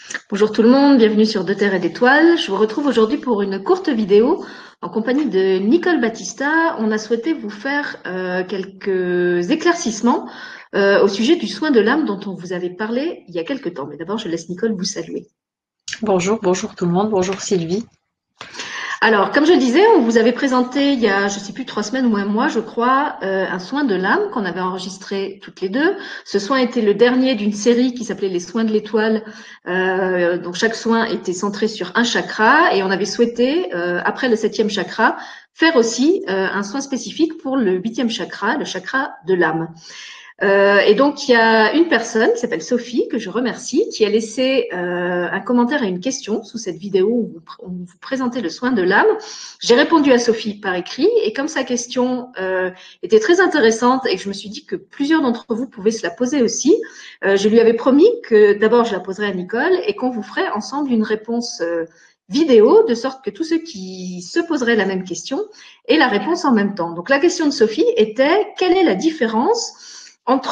Bonjour tout le monde, bienvenue sur De Terre et d'Étoiles. Je vous retrouve aujourd'hui pour une courte vidéo en compagnie de Nicole Battista. On a souhaité vous faire quelques éclaircissements au sujet du soin de l'âme dont on vous avait parlé il y a quelques temps. Mais d'abord, je laisse Nicole vous saluer. Bonjour, bonjour tout le monde, bonjour Sylvie. Alors, comme je disais, on vous avait présenté il y a, je sais plus, 3 semaines ou un mois, je crois, un soin de l'âme qu'on avait enregistré toutes les deux. Ce soin était le dernier d'une série qui s'appelait Les soins de l'étoile. Donc, chaque soin était centré sur un chakra et on avait souhaité, après le 7e chakra, faire aussi un soin spécifique pour le 8e chakra, le chakra de l'âme. Et donc, il y a une personne qui s'appelle Sophie, que je remercie, qui a laissé un commentaire et une question sous cette vidéo où on vous présentait le soin de l'âme. J'ai répondu à Sophie par écrit, et comme sa question était très intéressante et que je me suis dit que plusieurs d'entre vous pouvaient se la poser aussi, je lui avais promis que d'abord je la poserais à Nicole et qu'on vous ferait ensemble une réponse vidéo, de sorte que tous ceux qui se poseraient la même question aient la réponse en même temps. Donc la question de Sophie était: quelle est la différence entre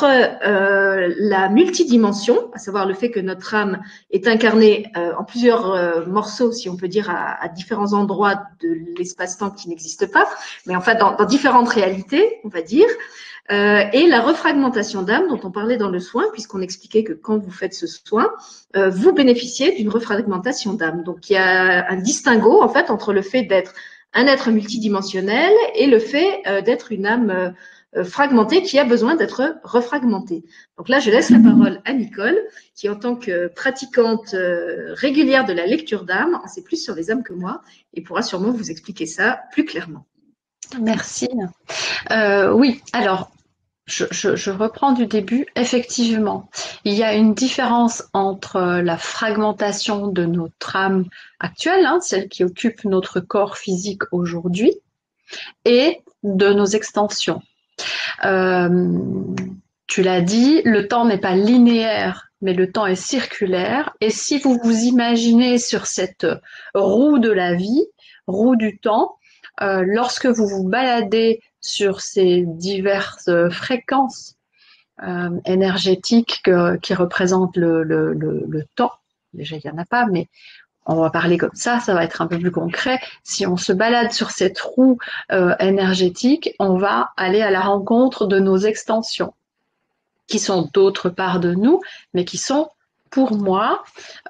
la multidimension, à savoir le fait que notre âme est incarnée en plusieurs morceaux, si on peut dire, à différents endroits de l'espace-temps qui n'existe pas, mais enfin dans différentes réalités, on va dire, et la refragmentation d'âme dont on parlait dans le soin, puisqu'on expliquait que quand vous faites ce soin, vous bénéficiez d'une refragmentation d'âme. Donc il y a un distinguo en fait entre le fait d'être un être multidimensionnel et le fait d'être une âme fragmentée qui a besoin d'être refragmentée. Donc là, je laisse la parole à Nicole, qui en tant que pratiquante régulière de la lecture d'âme, en sait plus sur les âmes que moi et pourra sûrement vous expliquer ça plus clairement. Merci. Oui, alors je reprends du début. Effectivement, il y a une différence entre la fragmentation de notre âme actuelle, hein, celle qui occupe notre corps physique aujourd'hui, et de nos extensions. Euh, Tu l'as dit, le temps n'est pas linéaire, mais le temps est circulaire. Et si vous vous imaginez sur cette roue de la vie, roue du temps, lorsque vous vous baladez sur ces diverses fréquences énergétiques qui représentent le temps, déjà il n'y en a pas, mais on va parler comme ça va être un peu plus concret. Si on se balade sur cette roue énergétique, on va aller à la rencontre de nos extensions qui sont d'autre part de nous, mais qui sont pour moi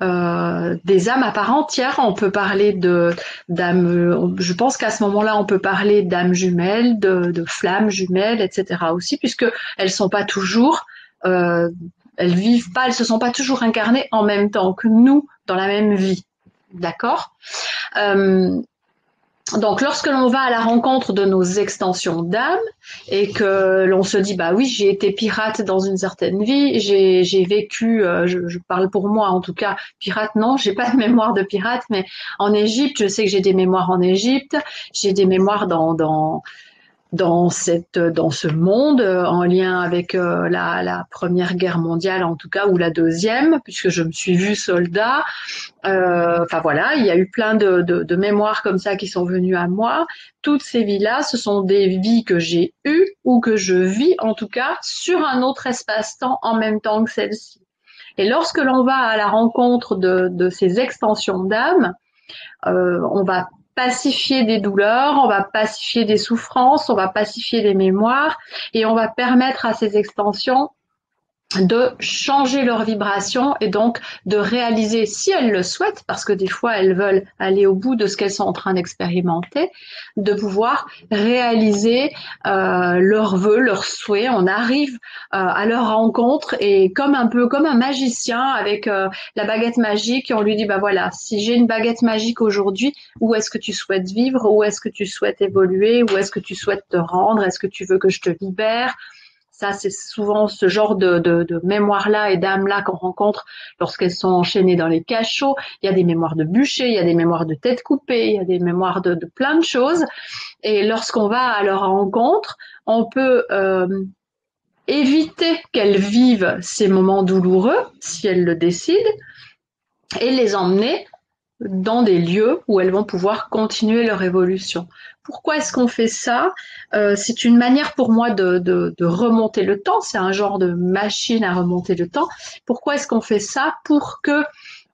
des âmes à part entière. On peut parler de d'âmes, je pense qu'à ce moment-là, on peut parler d'âmes jumelles, de flammes jumelles, etc. aussi, puisque elles sont pas toujours, euh, elles vivent pas, elles se sont pas toujours incarnées en même temps que nous dans la même vie. D'accord. euh, donc, lorsque l'on va à la rencontre de nos extensions d'âme et que l'on se dit, bah oui, j'ai été pirate dans une certaine vie, j'ai vécu, je parle pour moi en tout cas, pirate non, j'ai pas de mémoire de pirate, mais en Égypte, je sais que j'ai des mémoires en Égypte, j'ai des mémoires dans ce monde en lien avec la Première Guerre mondiale en tout cas ou la deuxième puisque je me suis vue soldat. Enfin voilà, il y a eu plein de mémoires comme ça qui sont venues à moi. Toutes ces vies-là, ce sont des vies que j'ai eues ou que je vis en tout cas sur un autre espace-temps en même temps que celle-ci. Et lorsque l'on va à la rencontre de ces extensions d'âme, on va pacifier des douleurs, on va pacifier des souffrances, on va pacifier des mémoires et on va permettre à ces extensions de changer leur vibration et donc de réaliser, si elles le souhaitent, parce que des fois elles veulent aller au bout de ce qu'elles sont en train d'expérimenter, de pouvoir réaliser leurs vœux, leurs souhaits. On arrive à leur rencontre et comme un peu comme un magicien avec la baguette magique, et on lui dit bah voilà, si j'ai une baguette magique aujourd'hui, où est-ce que tu souhaites vivre, où est-ce que tu souhaites évoluer, où est-ce que tu souhaites te rendre, est-ce que tu veux que je te libère? Ça, c'est souvent ce genre de mémoires-là et d'âmes-là qu'on rencontre lorsqu'elles sont enchaînées dans les cachots. Il y a des mémoires de bûcher, il y a des mémoires de tête coupée, il y a des mémoires de plein de choses. Et lorsqu'on va à leur rencontre, on peut éviter qu'elles vivent ces moments douloureux, si elles le décident, et les emmener dans des lieux où elles vont pouvoir continuer leur évolution. Pourquoi est-ce qu'on fait ça? C'est une manière pour moi de remonter le temps, c'est un genre de machine à remonter le temps. Pourquoi est-ce qu'on fait ça? Pour que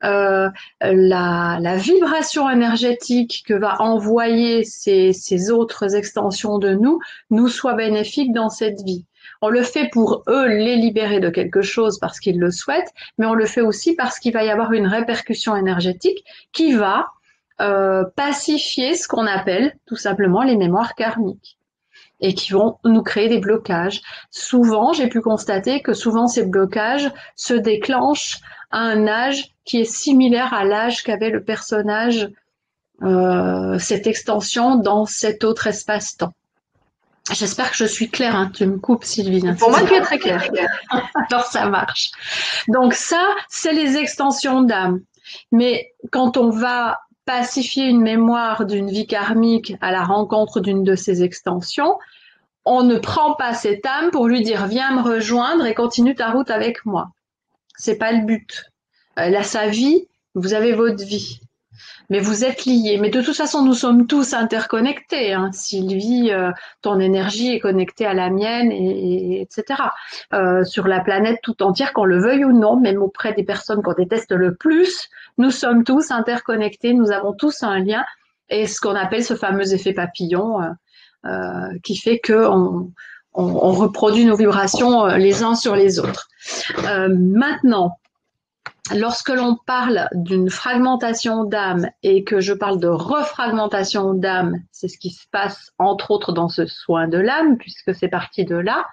la vibration énergétique que va envoyer ces autres extensions de nous soit bénéfique dans cette vie. On le fait pour eux les libérer de quelque chose parce qu'ils le souhaitent, mais on le fait aussi parce qu'il va y avoir une répercussion énergétique qui va pacifier ce qu'on appelle tout simplement les mémoires karmiques et qui vont nous créer des blocages. Souvent, j'ai pu constater que souvent ces blocages se déclenchent à un âge qui est similaire à l'âge qu'avait le personnage, cette extension dans cet autre espace-temps. J'espère que je suis claire, hein. Tu me coupes, Sylvie. Pour moi, tu es très claire. Alors, ça marche. Donc ça, c'est les extensions d'âme. Mais quand on va pacifier une mémoire d'une vie karmique à la rencontre d'une de ces extensions, on ne prend pas cette âme pour lui dire viens me rejoindre et continue ta route avec moi. C'est pas le but. Elle a sa vie, vous avez votre vie. Mais vous êtes liés. Mais de toute façon, nous sommes tous interconnectés. Hein. Sylvie, ton énergie est connectée à la mienne, etc. Sur la planète tout entière, qu'on le veuille ou non, même auprès des personnes qu'on déteste le plus, nous sommes tous interconnectés, nous avons tous un lien. Et ce qu'on appelle ce fameux effet papillon, qui fait que on reproduit nos vibrations les uns sur les autres. Maintenant, lorsque l'on parle d'une fragmentation d'âme et que je parle de refragmentation d'âme, c'est ce qui se passe entre autres dans ce soin de l'âme, puisque c'est parti de là,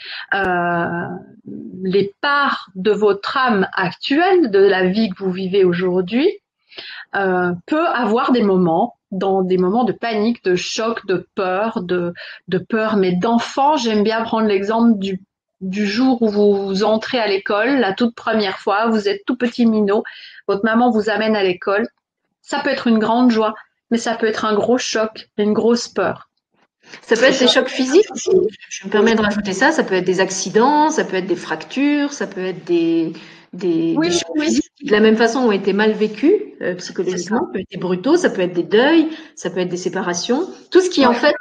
les parts de votre âme actuelle, de la vie que vous vivez aujourd'hui, peut avoir des moments, dans des moments de panique, de choc, de peur, peur, mais d'enfant. J'aime bien prendre l'exemple du jour où vous entrez à l'école, la toute première fois, vous êtes tout petit minot, votre maman vous amène à l'école. Ça peut être une grande joie, mais ça peut être un gros choc, une grosse peur. Ça peut être des chocs physiques. Je me permets de rajouter ça. Ça peut être des accidents, ça peut être des fractures, ça peut être des chocs physiques qui, de la même façon, ont été mal vécus psychologiquement. Ça peut être des brutaux, ça peut être des deuils, ça peut être des séparations. Tout ce qui, en fait,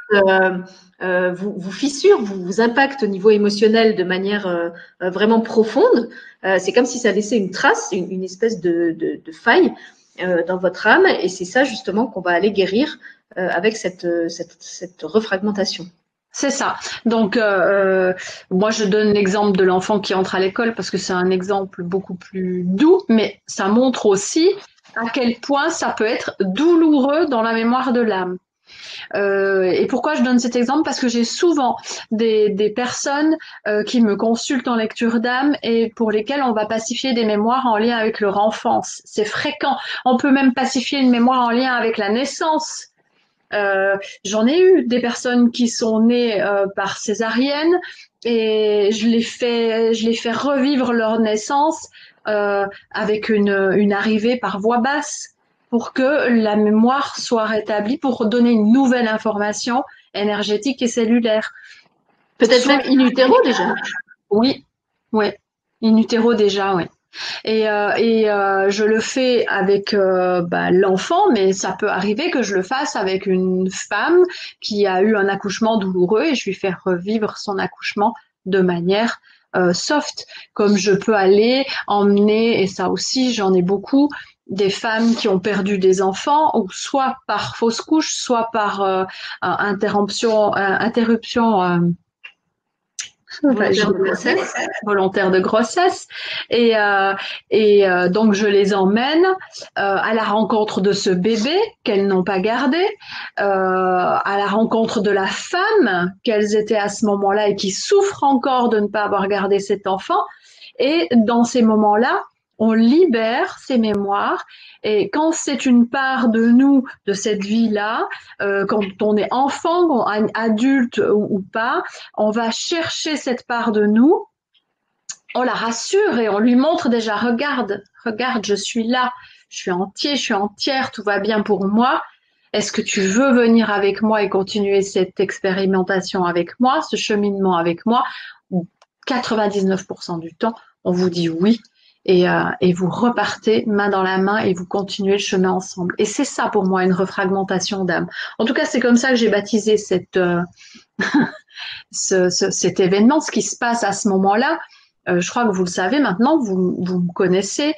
vous fissure, vous impacte au niveau émotionnel de manière vraiment profonde. C'est comme si ça laissait une trace, une espèce de faille dans votre âme. Et c'est ça, justement, qu'on va aller guérir avec cette refragmentation. C'est ça. Donc, moi, je donne l'exemple de l'enfant qui entre à l'école parce que c'est un exemple beaucoup plus doux, mais ça montre aussi à quel point ça peut être douloureux dans la mémoire de l'âme. Et pourquoi je donne cet exemple? Parce que j'ai souvent des personnes qui me consultent en lecture d'âme et pour lesquelles on va pacifier des mémoires en lien avec leur enfance. C'est fréquent. On peut même pacifier une mémoire en lien avec la naissance. J'en ai eu des personnes qui sont nées par césarienne et je les fais revivre leur naissance avec une arrivée par voie basse pour que la mémoire soit rétablie, pour donner une nouvelle information énergétique et cellulaire. Peut-être même in utero déjà. Oui, in utero déjà, oui. Et je le fais avec l'enfant, mais ça peut arriver que je le fasse avec une femme qui a eu un accouchement douloureux et je lui fais revivre son accouchement de manière soft, comme je peux aller emmener, et ça aussi j'en ai beaucoup, des femmes qui ont perdu des enfants, ou soit par fausse couche, soit par interruption volontaire de grossesse et donc je les emmène à la rencontre de ce bébé qu'elles n'ont pas gardé, à la rencontre de la femme qu'elles étaient à ce moment-là et qui souffre encore de ne pas avoir gardé cet enfant. Et dans ces moments-là, on libère ces mémoires et quand c'est une part de nous, de cette vie-là, quand on est enfant, adulte ou pas, on va chercher cette part de nous, on la rassure et on lui montre déjà, regarde, je suis là, je suis entier, je suis entière, tout va bien pour moi. Est-ce que tu veux venir avec moi et continuer cette expérimentation avec moi, ce cheminement avec moi? 99% du temps, on vous dit oui. Et vous repartez main dans la main et vous continuez le chemin ensemble. Et c'est ça pour moi une refragmentation d'âme. En tout cas, c'est comme ça que j'ai baptisé cet événement, ce qui se passe à ce moment-là. Je crois que vous le savez maintenant, vous me connaissez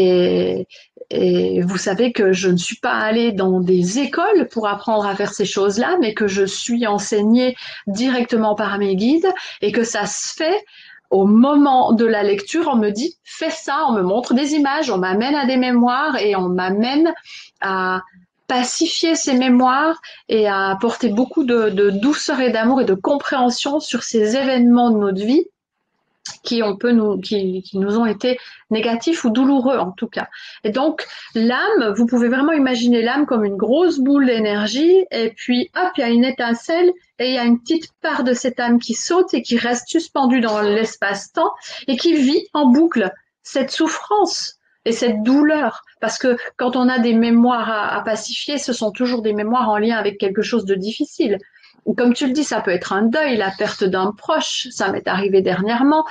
et vous savez que je ne suis pas allée dans des écoles pour apprendre à faire ces choses-là, mais que je suis enseignée directement par mes guides et que ça se fait au moment de la lecture. On me dit fais ça, on me montre des images, on m'amène à des mémoires et on m'amène à pacifier ces mémoires et à apporter beaucoup de douceur et d'amour et de compréhension sur ces événements de notre vie qui nous ont été négatifs ou douloureux en tout cas. Et donc l'âme, vous pouvez vraiment imaginer l'âme comme une grosse boule d'énergie et puis hop, il y a une étincelle et il y a une petite part de cette âme qui saute et qui reste suspendue dans l'espace-temps et qui vit en boucle cette souffrance et cette douleur. Parce que quand on a des mémoires à pacifier, ce sont toujours des mémoires en lien avec quelque chose de difficile. Comme tu le dis, ça peut être un deuil, la perte d'un proche, ça m'est arrivé dernièrement.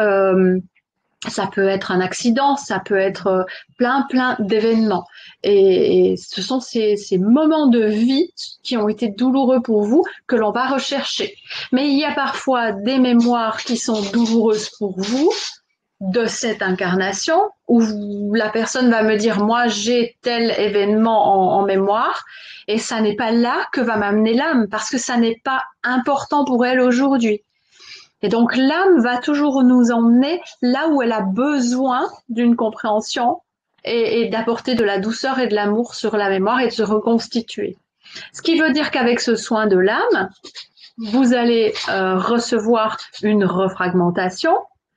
Ça peut être un accident, ça peut être plein d'événements. Et ce sont ces moments de vie qui ont été douloureux pour vous que l'on va rechercher. Mais il y a parfois des mémoires qui sont douloureuses pour vous de cette incarnation où la personne va me dire moi j'ai tel événement en mémoire et ça n'est pas là que va m'amener l'âme parce que ça n'est pas important pour elle aujourd'hui. Et donc l'âme va toujours nous emmener là où elle a besoin d'une compréhension et d'apporter de la douceur et de l'amour sur la mémoire et de se reconstituer. Ce qui veut dire qu'avec ce soin de l'âme, vous allez recevoir une refragmentation.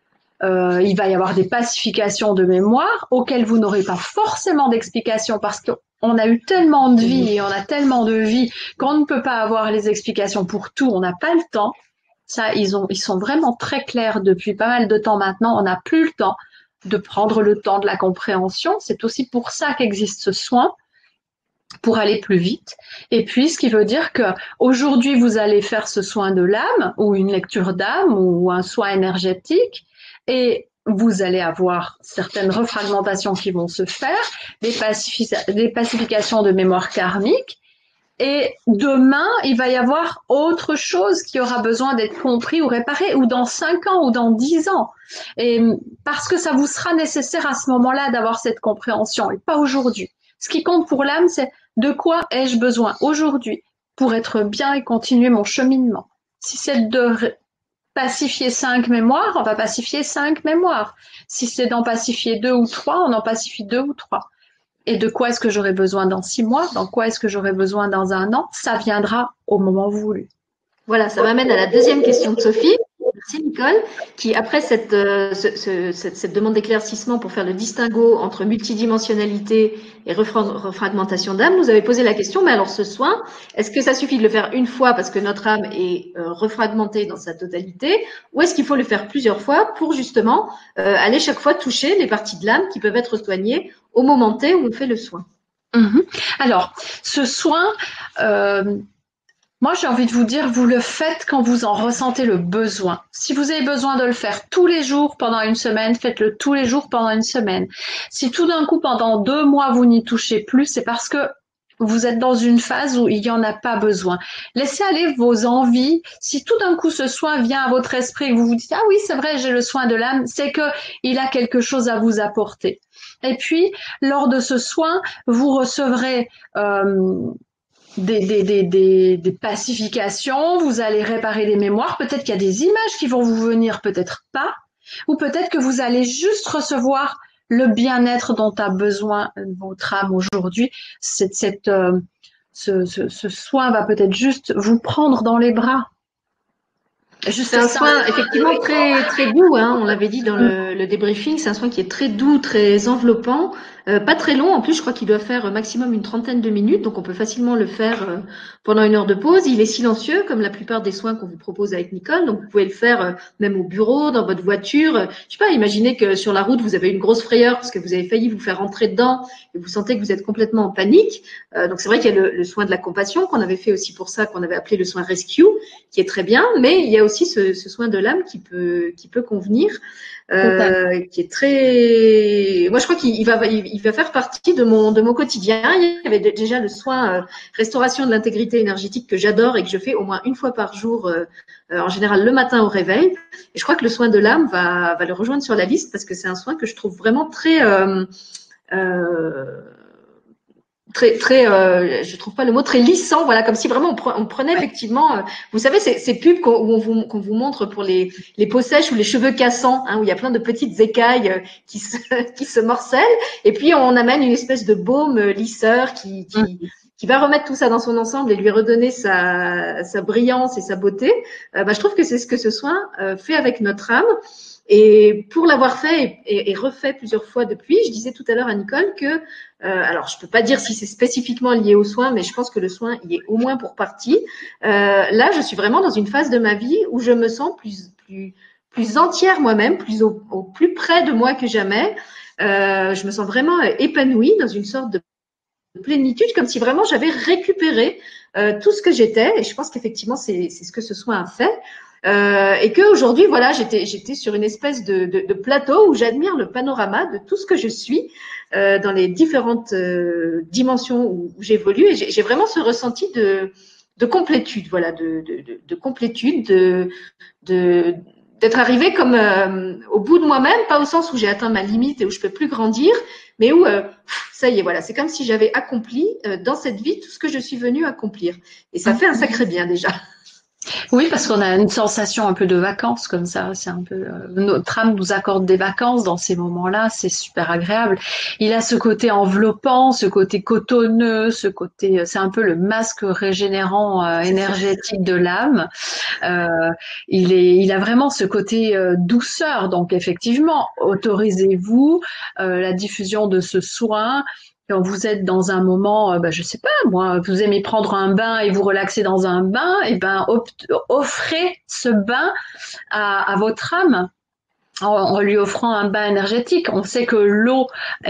Il va y avoir des pacifications de mémoire auxquelles vous n'aurez pas forcément d'explication parce qu'on a eu tellement de vie et on a tellement de vie qu'on ne peut pas avoir les explications pour tout, on n'a pas le temps. Ça, ils sont vraiment très clairs depuis pas mal de temps maintenant. On n'a plus le temps de prendre le temps de la compréhension. C'est aussi pour ça qu'existe ce soin, pour aller plus vite. Et puis, ce qui veut dire que aujourd'hui, vous allez faire ce soin de l'âme ou une lecture d'âme ou un soin énergétique et vous allez avoir certaines refragmentations qui vont se faire, des pacifications de mémoire karmique. Et demain, il va y avoir autre chose qui aura besoin d'être compris ou réparé, ou dans 5 ans, ou dans 10 ans. Et parce que ça vous sera nécessaire à ce moment-là d'avoir cette compréhension, et pas aujourd'hui. Ce qui compte pour l'âme, c'est de quoi ai-je besoin aujourd'hui pour être bien et continuer mon cheminement. Si c'est de pacifier 5 mémoires, on va pacifier 5 mémoires. Si c'est d'en pacifier 2 ou 3, on en pacifie 2 ou 3. Et de quoi est-ce que j'aurai besoin dans 6 mois? Dans quoi est-ce que j'aurai besoin dans 1 an? Ça viendra au moment voulu. Voilà, ça m'amène à la deuxième question de Sophie. Merci Nicole, qui après cette demande d'éclaircissement pour faire le distinguo entre multidimensionnalité et refragmentation d'âme, nous avait posé la question, mais alors ce soin, est-ce que ça suffit de le faire une fois parce que notre âme est refragmentée dans sa totalité, ou est-ce qu'il faut le faire plusieurs fois pour justement aller chaque fois toucher les parties de l'âme qui peuvent être soignées au moment T où on fait le soin? Alors, ce soin, moi j'ai envie de vous dire, vous le faites quand vous en ressentez le besoin. Si vous avez besoin de le faire tous les jours pendant une semaine, faites-le tous les jours pendant une semaine. Si tout d'un coup pendant 2 mois vous n'y touchez plus, c'est parce que vous êtes dans une phase où il n'y en a pas besoin. Laissez aller vos envies. Si tout d'un coup ce soin vient à votre esprit et que vous vous dites « Ah oui, c'est vrai, j'ai le soin de l'âme », c'est qu'il a quelque chose à vous apporter. Et puis, lors de ce soin, vous recevrez des pacifications, vous allez réparer des mémoires, peut-être qu'il y a des images qui vont vous venir, peut-être pas, ou peut-être que vous allez juste recevoir le bien-être dont a besoin votre âme aujourd'hui. Ce soin va peut-être juste vous prendre dans les bras. C'est un soin effectivement très doux, hein, on l'avait dit dans le débriefing, c'est un soin qui est très doux, très enveloppant, pas très long, en plus je crois qu'il doit faire maximum une 30aine de minutes, donc on peut facilement le faire pendant 1 heure de pause. Il est silencieux comme la plupart des soins qu'on vous propose avec Nicole, donc vous pouvez le faire même au bureau, dans votre voiture. Je sais pas, imaginez que sur la route vous avez une grosse frayeur parce que vous avez failli vous faire rentrer dedans et vous sentez que vous êtes complètement en panique. Donc c'est vrai qu'il y a le soin de la compassion qu'on avait fait aussi pour ça, qu'on avait appelé le soin rescue, qui est très bien, mais il y a aussi ce soin de l'âme qui peut convenir, qui est très. Moi, je crois qu'il il va faire partie de mon quotidien. Il y avait déjà le soin restauration de l'intégrité énergétique que j'adore et que je fais au moins une fois par jour, en général le matin au réveil. Et je crois que le soin de l'âme va le rejoindre sur la liste parce que c'est un soin que je trouve vraiment euh, je trouve pas le mot, très lissant, voilà, comme si vraiment on prenait effectivement, vous savez, ces pubs qu'on vous montre pour les peaux sèches ou les cheveux cassants, hein, où il y a plein de petites écailles qui se morcellent, et puis on amène une espèce de baume lisseur qui va remettre tout ça dans son ensemble et lui redonner sa brillance et sa beauté. Je trouve que c'est ce que ce soin fait avec notre âme. Et pour l'avoir fait et refait plusieurs fois depuis, je disais tout à l'heure à Nicole que alors, je peux pas dire si c'est spécifiquement lié au soin, mais je pense que le soin y est au moins pour partie. Là, je suis vraiment dans une phase de ma vie où je me sens plus entière moi-même, au plus près de moi que jamais. Je me sens vraiment épanouie dans une sorte de plénitude, comme si vraiment j'avais récupéré tout ce que j'étais. Et je pense qu'effectivement, c'est ce que ce soin a fait. Et qu'aujourd'hui, voilà, j'étais sur une espèce de plateau où j'admire le panorama de tout ce que je suis dans les différentes dimensions où j'évolue. Et j'ai vraiment ce ressenti de complétude, voilà, de complétude, d'être arrivée comme au bout de moi-même, pas au sens où j'ai atteint ma limite et où je peux plus grandir, mais où ça y est, voilà, c'est comme si j'avais accompli dans cette vie tout ce que je suis venue accomplir. Et ça fait un sacré bien déjà. Oui, parce qu'on a une sensation un peu de vacances comme ça. C'est un peu notre âme nous accorde des vacances dans ces moments-là. C'est super agréable. Il a ce côté enveloppant, ce côté cotonneux, ce côté. C'est un peu le masque régénérant énergétique de l'âme. Euh, il a vraiment ce côté douceur. Donc effectivement, autorisez-vous la diffusion de ce soin. Quand vous êtes dans un moment, je sais pas, moi, vous aimez prendre un bain et vous relaxer dans un bain, et ben offrez ce bain à votre âme en lui offrant un bain énergétique. On sait que l'eau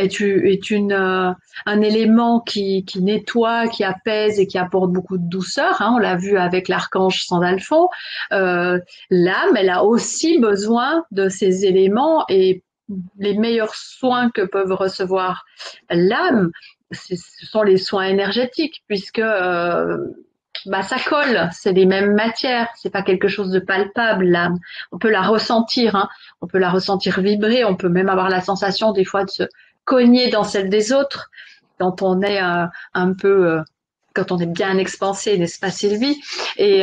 est un élément qui nettoie, qui apaise et qui apporte beaucoup de douceur. Hein, on l'a vu avec l'archange Sandalphon. L'âme, elle a aussi besoin de ces éléments et les meilleurs soins que peuvent recevoir l'âme, ce sont les soins énergétiques, puisque ça colle, c'est les mêmes matières, c'est pas quelque chose de palpable, l'âme. On peut la ressentir, hein, on peut la ressentir vibrer, on peut même avoir la sensation des fois de se cogner dans celle des autres quand on est un peu, quand on est bien expansé, n'est-ce pas Sylvie? Et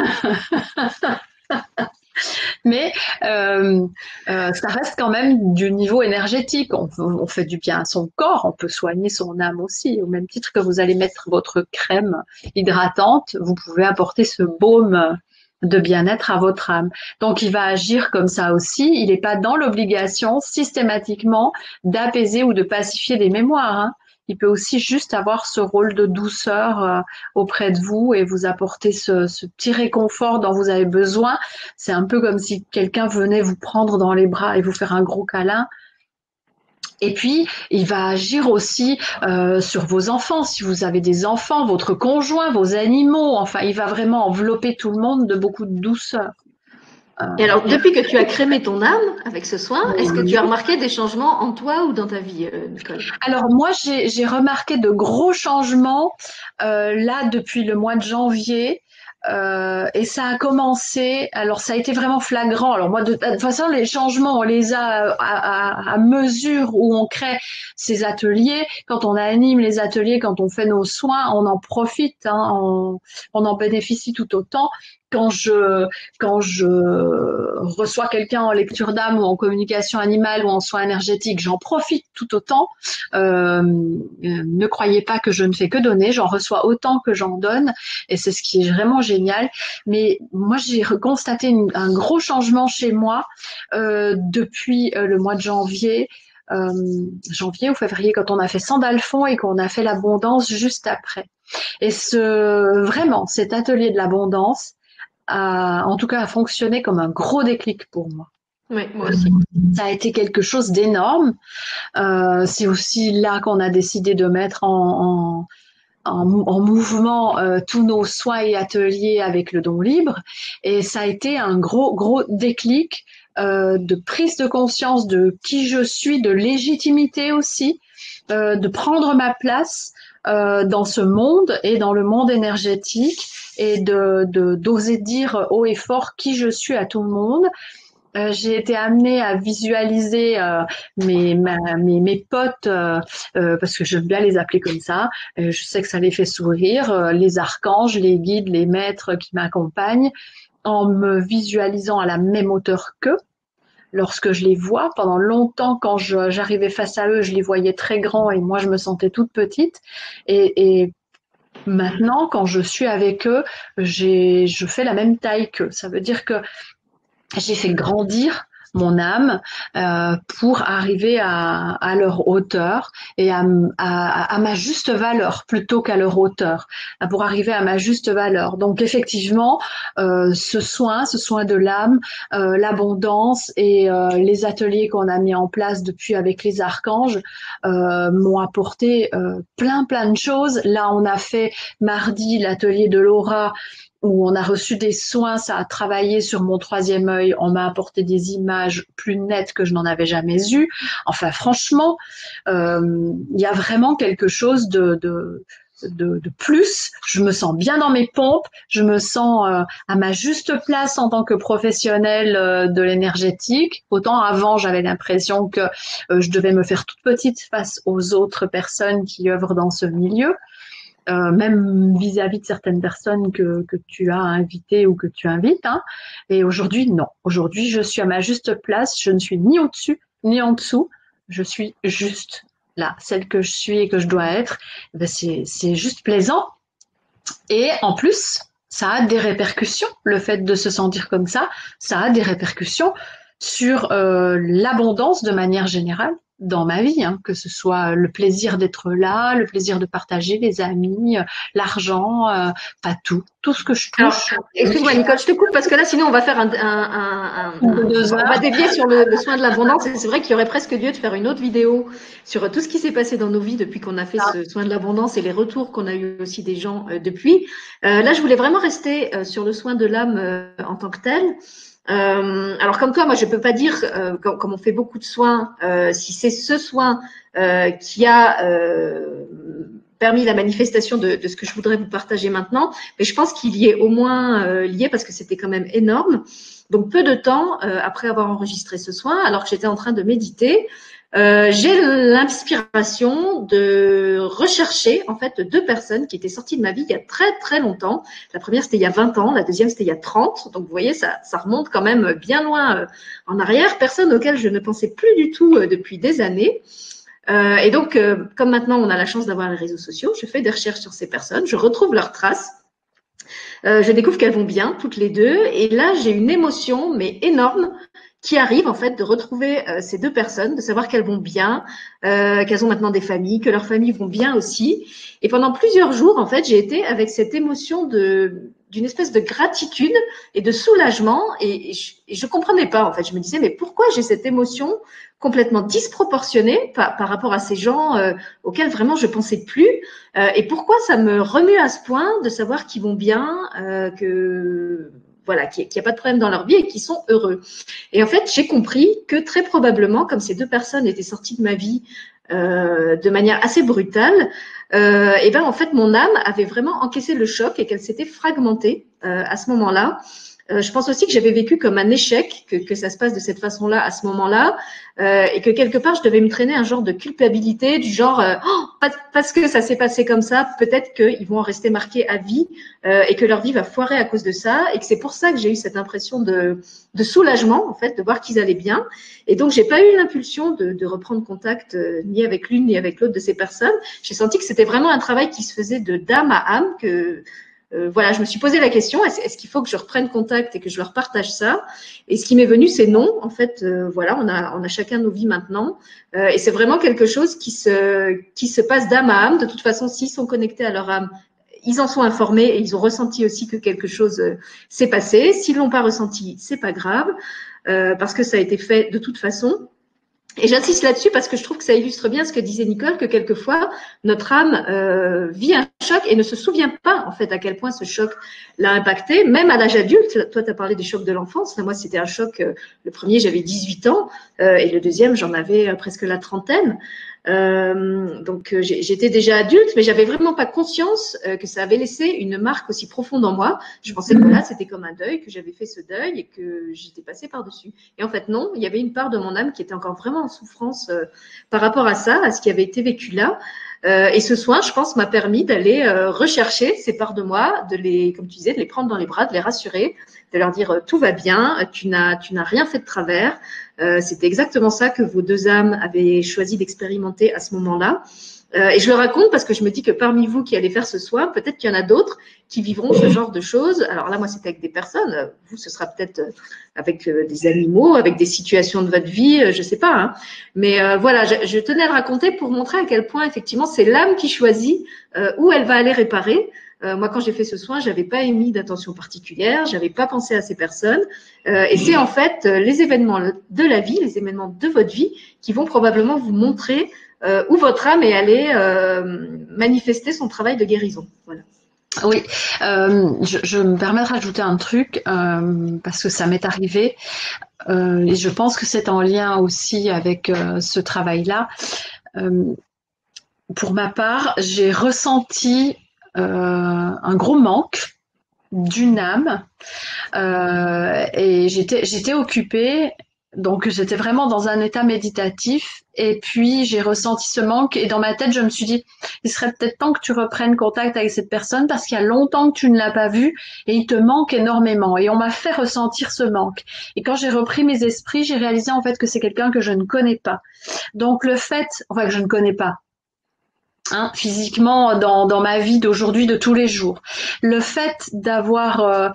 mais ça reste quand même du niveau énergétique. On fait du bien à son corps, on peut soigner son âme aussi. Au même titre que vous allez mettre votre crème hydratante, vous pouvez apporter ce baume de bien-être à votre âme. Donc il va agir comme ça aussi. Il n'est pas dans l'obligation systématiquement d'apaiser ou de pacifier des mémoires. Hein. Il peut aussi juste avoir ce rôle de douceur auprès de vous et vous apporter ce petit réconfort dont vous avez besoin. C'est un peu comme si quelqu'un venait vous prendre dans les bras et vous faire un gros câlin. Et puis, il va agir aussi sur vos enfants, si vous avez des enfants, votre conjoint, vos animaux. Enfin, il va vraiment envelopper tout le monde de beaucoup de douceur. Et alors, depuis que tu as crémé ton âme avec ce soin, est-ce que tu as remarqué des changements en toi ou dans ta vie, Nicole? Alors moi, j'ai remarqué de gros changements là depuis le mois de janvier. Et ça a commencé, alors ça a été vraiment flagrant. Alors moi, de toute façon, les changements, on les a à mesure où on crée ces ateliers. Quand on anime les ateliers, quand on fait nos soins, on en profite, hein, on en bénéficie tout autant. Quand je reçois quelqu'un en lecture d'âme ou en communication animale ou en soins énergétiques, j'en profite tout autant. Ne croyez pas que je ne fais que donner, j'en reçois autant que j'en donne et c'est ce qui est vraiment génial. Mais moi, j'ai constaté un gros changement chez moi depuis le mois de janvier. Janvier ou février, quand on a fait Sandalphon et qu'on a fait l'abondance juste après. Et vraiment, cet atelier de l'abondance, en tout cas, a fonctionné comme un gros déclic pour moi. Oui, moi aussi. Ça a été quelque chose d'énorme. C'est aussi là qu'on a décidé de mettre en mouvement tous nos soins et ateliers avec le don libre. Et ça a été un gros déclic de prise de conscience de qui je suis, de légitimité aussi. de prendre ma place dans ce monde et dans le monde énergétique et d'oser dire haut et fort qui je suis à tout le monde. J'ai été amenée à visualiser mes potes, parce que j'aime bien les appeler comme ça. Je sais que ça les fait sourire, les archanges, les guides, les maîtres qui m'accompagnent, en me visualisant à la même hauteur qu'eux. Lorsque je les vois, pendant longtemps, quand j'arrivais face à eux, je les voyais très grands et moi, je me sentais toute petite. Et maintenant, quand je suis avec eux, je fais la même taille qu'eux. Ça veut dire que j'ai fait grandir mon âme pour arriver à leur hauteur et à ma juste valeur plutôt qu'à leur hauteur, pour arriver à ma juste valeur. Donc effectivement, ce soin de l'âme, l'abondance et les ateliers qu'on a mis en place depuis avec les archanges m'ont apporté plein de choses. Là, on a fait mardi l'atelier de Laura où on a reçu des soins, ça a travaillé sur mon troisième œil, on m'a apporté des images plus nettes que je n'en avais jamais eues. Enfin, franchement, il y a vraiment quelque chose de plus. Je me sens bien dans mes pompes, je me sens à ma juste place en tant que professionnelle de l'énergétique. Autant avant, j'avais l'impression que je devais me faire toute petite face aux autres personnes qui œuvrent dans ce milieu. Même vis-à-vis de certaines personnes que tu as invitées ou que tu invites. Hein. Et aujourd'hui, non. Aujourd'hui, je suis à ma juste place. Je ne suis ni au-dessus, ni en dessous. Je suis juste là, celle que je suis et que je dois être. Ben c'est juste plaisant. Et en plus, ça a des répercussions. Le fait de se sentir comme ça a des répercussions sur l'abondance de manière générale dans ma vie, hein, que ce soit le plaisir d'être là, le plaisir de partager, les amis, l'argent, pas tout ce que je touche. Alors, excuse-moi Nicole, je te coupe parce que là sinon on va faire on va dévier sur le soin de l'abondance et c'est vrai qu'il y aurait presque lieu de faire une autre vidéo sur tout ce qui s'est passé dans nos vies depuis qu'on a fait ce soin de l'abondance et les retours qu'on a eu aussi des gens depuis. Là je voulais vraiment rester sur le soin de l'âme en tant que tel. Alors comme toi, moi je peux pas dire, comme on fait beaucoup de soins, si c'est ce soin qui a permis la manifestation de ce que je voudrais vous partager maintenant, mais je pense qu'il y est au moins lié parce que c'était quand même énorme. Donc peu de temps après avoir enregistré ce soin, alors que j'étais en train de méditer, j'ai l'inspiration de rechercher en fait deux personnes qui étaient sorties de ma vie il y a très longtemps. La première c'était il y a 20 ans, la deuxième c'était il y a 30. Donc vous voyez ça remonte quand même bien loin en arrière. Personnes auxquelles je ne pensais plus du tout depuis des années. Et donc comme maintenant on a la chance d'avoir les réseaux sociaux, je fais des recherches sur ces personnes, je retrouve leurs traces. Je découvre qu'elles vont bien toutes les deux et là j'ai une émotion mais énorme qui arrive en fait de retrouver ces deux personnes, de savoir qu'elles vont bien, qu'elles ont maintenant des familles, que leurs familles vont bien aussi. Et pendant plusieurs jours, en fait, j'ai été avec cette émotion d'une espèce de gratitude et de soulagement et je comprenais pas en fait. Je me disais mais pourquoi j'ai cette émotion complètement disproportionnée par rapport à ces gens auxquels vraiment je pensais plus et pourquoi ça me remue à ce point de savoir qu'ils vont bien, que voilà, qu'il n'y a pas de problème dans leur vie et qu'ils sont heureux. Et en fait, j'ai compris que très probablement, comme ces deux personnes étaient sorties de ma vie de manière assez brutale, et ben en fait, mon âme avait vraiment encaissé le choc et qu'elle s'était fragmentée à ce moment-là. Je pense aussi que j'avais vécu comme un échec, que ça se passe de cette façon-là à ce moment-là, et que quelque part je devais me traîner un genre de culpabilité, du genre parce que ça s'est passé comme ça, peut-être qu'ils vont en rester marqués à vie et que leur vie va foirer à cause de ça, et que c'est pour ça que j'ai eu cette impression de soulagement en fait, de voir qu'ils allaient bien. Et donc j'ai pas eu l'impulsion de reprendre contact ni avec l'une ni avec l'autre de ces personnes. J'ai senti que c'était vraiment un travail qui se faisait de d'âme à âme, que voilà, je me suis posé la question, est-ce qu'il faut que je reprenne contact et que je leur partage ça? Et ce qui m'est venu, c'est non. En fait, voilà, on a chacun nos vies maintenant. Et c'est vraiment quelque chose qui se passe d'âme à âme. De toute façon, s'ils sont connectés à leur âme, ils en sont informés et ils ont ressenti aussi que quelque chose s'est passé. S'ils l'ont pas ressenti, c'est pas grave, parce que ça a été fait de toute façon. Et j'insiste là-dessus parce que je trouve que ça illustre bien ce que disait Nicole, que quelquefois, notre âme vit un choc et ne se souvient pas, en fait, à quel point ce choc l'a impacté, même à l'âge adulte. Toi, tu as parlé des chocs de l'enfance. Moi, c'était un choc, le premier, j'avais 18 ans, et le deuxième, j'en avais presque la trentaine. Donc j'étais déjà adulte, mais j'avais vraiment pas conscience que ça avait laissé une marque aussi profonde en moi. Je pensais que voilà, c'était comme un deuil, que j'avais fait ce deuil et que j'étais passée par-dessus. Et en fait non, il y avait une part de mon âme qui était encore vraiment en souffrance par rapport à ça, à ce qui avait été vécu là. Et ce soin, je pense, m'a permis d'aller rechercher ces parts de moi, de les, comme tu disais, de les prendre dans les bras, de les rassurer, de leur dire tout va bien, tu n'as rien fait de travers. C'était exactement ça que vos deux âmes avaient choisi d'expérimenter à ce moment-là. Et je le raconte parce que je me dis que parmi vous qui allez faire ce soin, peut-être qu'il y en a d'autres qui vivront ce genre de choses. Alors là, moi, c'était avec des personnes. Vous, ce sera peut-être avec des animaux, avec des situations de votre vie, je sais pas. Hein. Mais voilà, je tenais à le raconter pour montrer à quel point, effectivement, c'est l'âme qui choisit où elle va aller réparer. Moi, quand j'ai fait ce soin, j'avais pas émis d'attention particulière, j'avais pas pensé à ces personnes. Et c'est en fait les événements de la vie, les événements de votre vie, qui vont probablement vous montrer où votre âme est allée manifester son travail de guérison. Voilà. Oui, je me permets de rajouter un truc parce que ça m'est arrivé et je pense que c'est en lien aussi avec ce travail-là. Pour ma part, j'ai ressenti un gros manque d'une âme et j'étais occupée, donc j'étais vraiment dans un état méditatif et puis j'ai ressenti ce manque et dans ma tête je me suis dit il serait peut-être temps que tu reprennes contact avec cette personne parce qu'il y a longtemps que tu ne l'as pas vue et il te manque énormément et on m'a fait ressentir ce manque et quand j'ai repris mes esprits j'ai réalisé en fait que c'est quelqu'un que je ne connais pas, donc le fait, enfin que je ne connais pas hein, physiquement dans ma vie d'aujourd'hui, de tous les jours. Le fait d'avoir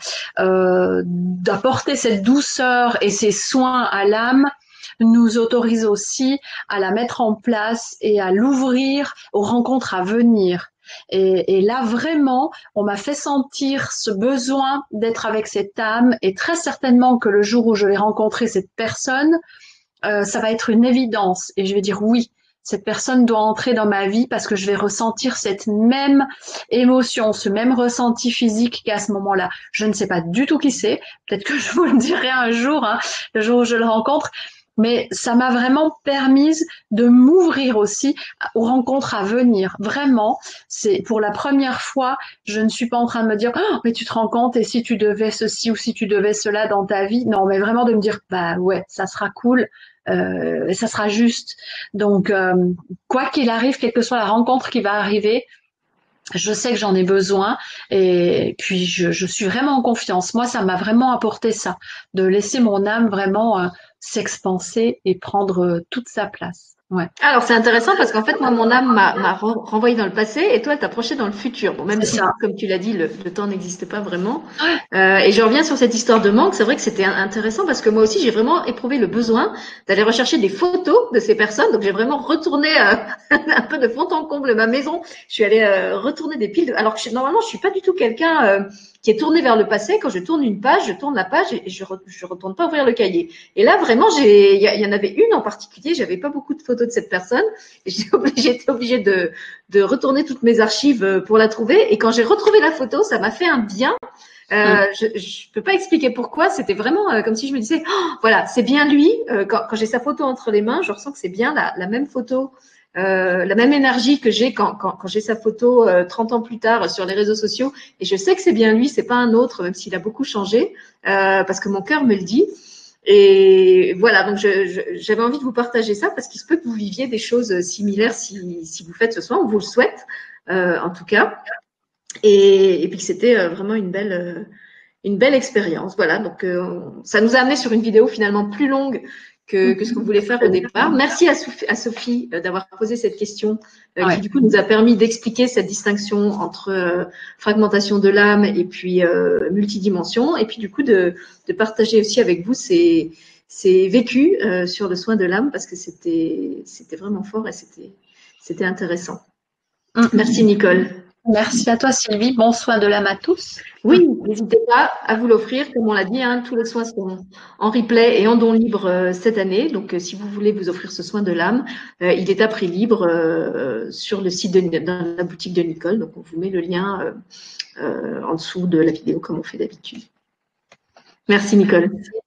d'apporter cette douceur et ces soins à l'âme nous autorise aussi à la mettre en place et à l'ouvrir aux rencontres à venir. Et là, vraiment, on m'a fait sentir ce besoin d'être avec cette âme et très certainement que le jour où je vais rencontrer cette personne, ça va être une évidence et je vais dire oui, cette personne doit entrer dans ma vie parce que je vais ressentir cette même émotion, ce même ressenti physique qu'à ce moment-là. Je ne sais pas du tout qui c'est, peut-être que je vous le dirai un jour, hein, le jour où je le rencontre, mais ça m'a vraiment permise de m'ouvrir aussi aux rencontres à venir. Vraiment, c'est pour la première fois, je ne suis pas en train de me dire oh, mais tu te rends compte et si tu devais ceci ou si tu devais cela dans ta vie. Non, mais vraiment de me dire bah ouais, ça sera cool. Et ça sera juste. Donc, quoi qu'il arrive, quelle que soit la rencontre qui va arriver, je sais que j'en ai besoin et puis je suis vraiment en confiance. Moi, ça m'a vraiment apporté ça, de laisser mon âme vraiment s'expanser et prendre toute sa place. Ouais. Alors, c'est intéressant parce qu'en fait, moi, mon âme m'a renvoyé dans le passé et toi, elle t'a projeté dans le futur. Bon, même si, comme tu l'as dit, le temps n'existe pas vraiment. Et je reviens sur cette histoire de manque. C'est vrai que c'était intéressant parce que moi aussi, j'ai vraiment éprouvé le besoin d'aller rechercher des photos de ces personnes. Donc, j'ai vraiment retourné un peu de fond en comble ma maison. Je suis allée retourner des piles. Alors que normalement, je suis pas du tout quelqu'un qui est tourné vers le passé. Quand je tourne une page, je tourne la page et je retourne pas ouvrir le cahier. Et là, vraiment, il y en avait une en particulier. J'avais pas beaucoup de photos de cette personne. Et j'étais obligée de retourner toutes mes archives pour la trouver. Et quand j'ai retrouvé la photo, ça m'a fait un bien. Je peux pas expliquer pourquoi. C'était vraiment comme si je me disais, oh, voilà, c'est bien lui. Quand j'ai sa photo entre les mains, je ressens que c'est bien la même photo. La même énergie que j'ai quand j'ai sa photo 30 ans plus tard sur les réseaux sociaux et je sais que c'est bien lui, c'est pas un autre, même s'il a beaucoup changé, parce que mon cœur me le dit. Et voilà, donc j'avais envie de vous partager ça parce qu'il se peut que vous viviez des choses similaires si vous faites ce soin, on vous le souhaite en tout cas. Et puis que c'était vraiment une belle expérience. Voilà, donc ça nous a amené sur une vidéo finalement plus longue que ce qu'on voulait faire au départ. Merci à Sophie d'avoir posé cette question qui du coup nous a permis d'expliquer cette distinction entre fragmentation de l'âme et puis multidimension et puis du coup de partager aussi avec vous ces vécus sur le soin de l'âme parce que c'était vraiment fort et c'était intéressant. Merci Nicole. Merci à toi Sylvie, bon soin de l'âme à tous. Oui, n'hésitez pas à vous l'offrir, comme on l'a dit, hein, tous les soins sont en replay et en don libre cette année. Donc, si vous voulez vous offrir ce soin de l'âme, il est à prix libre sur le site dans la boutique de Nicole. Donc, on vous met le lien en dessous de la vidéo, comme on fait d'habitude. Merci Nicole.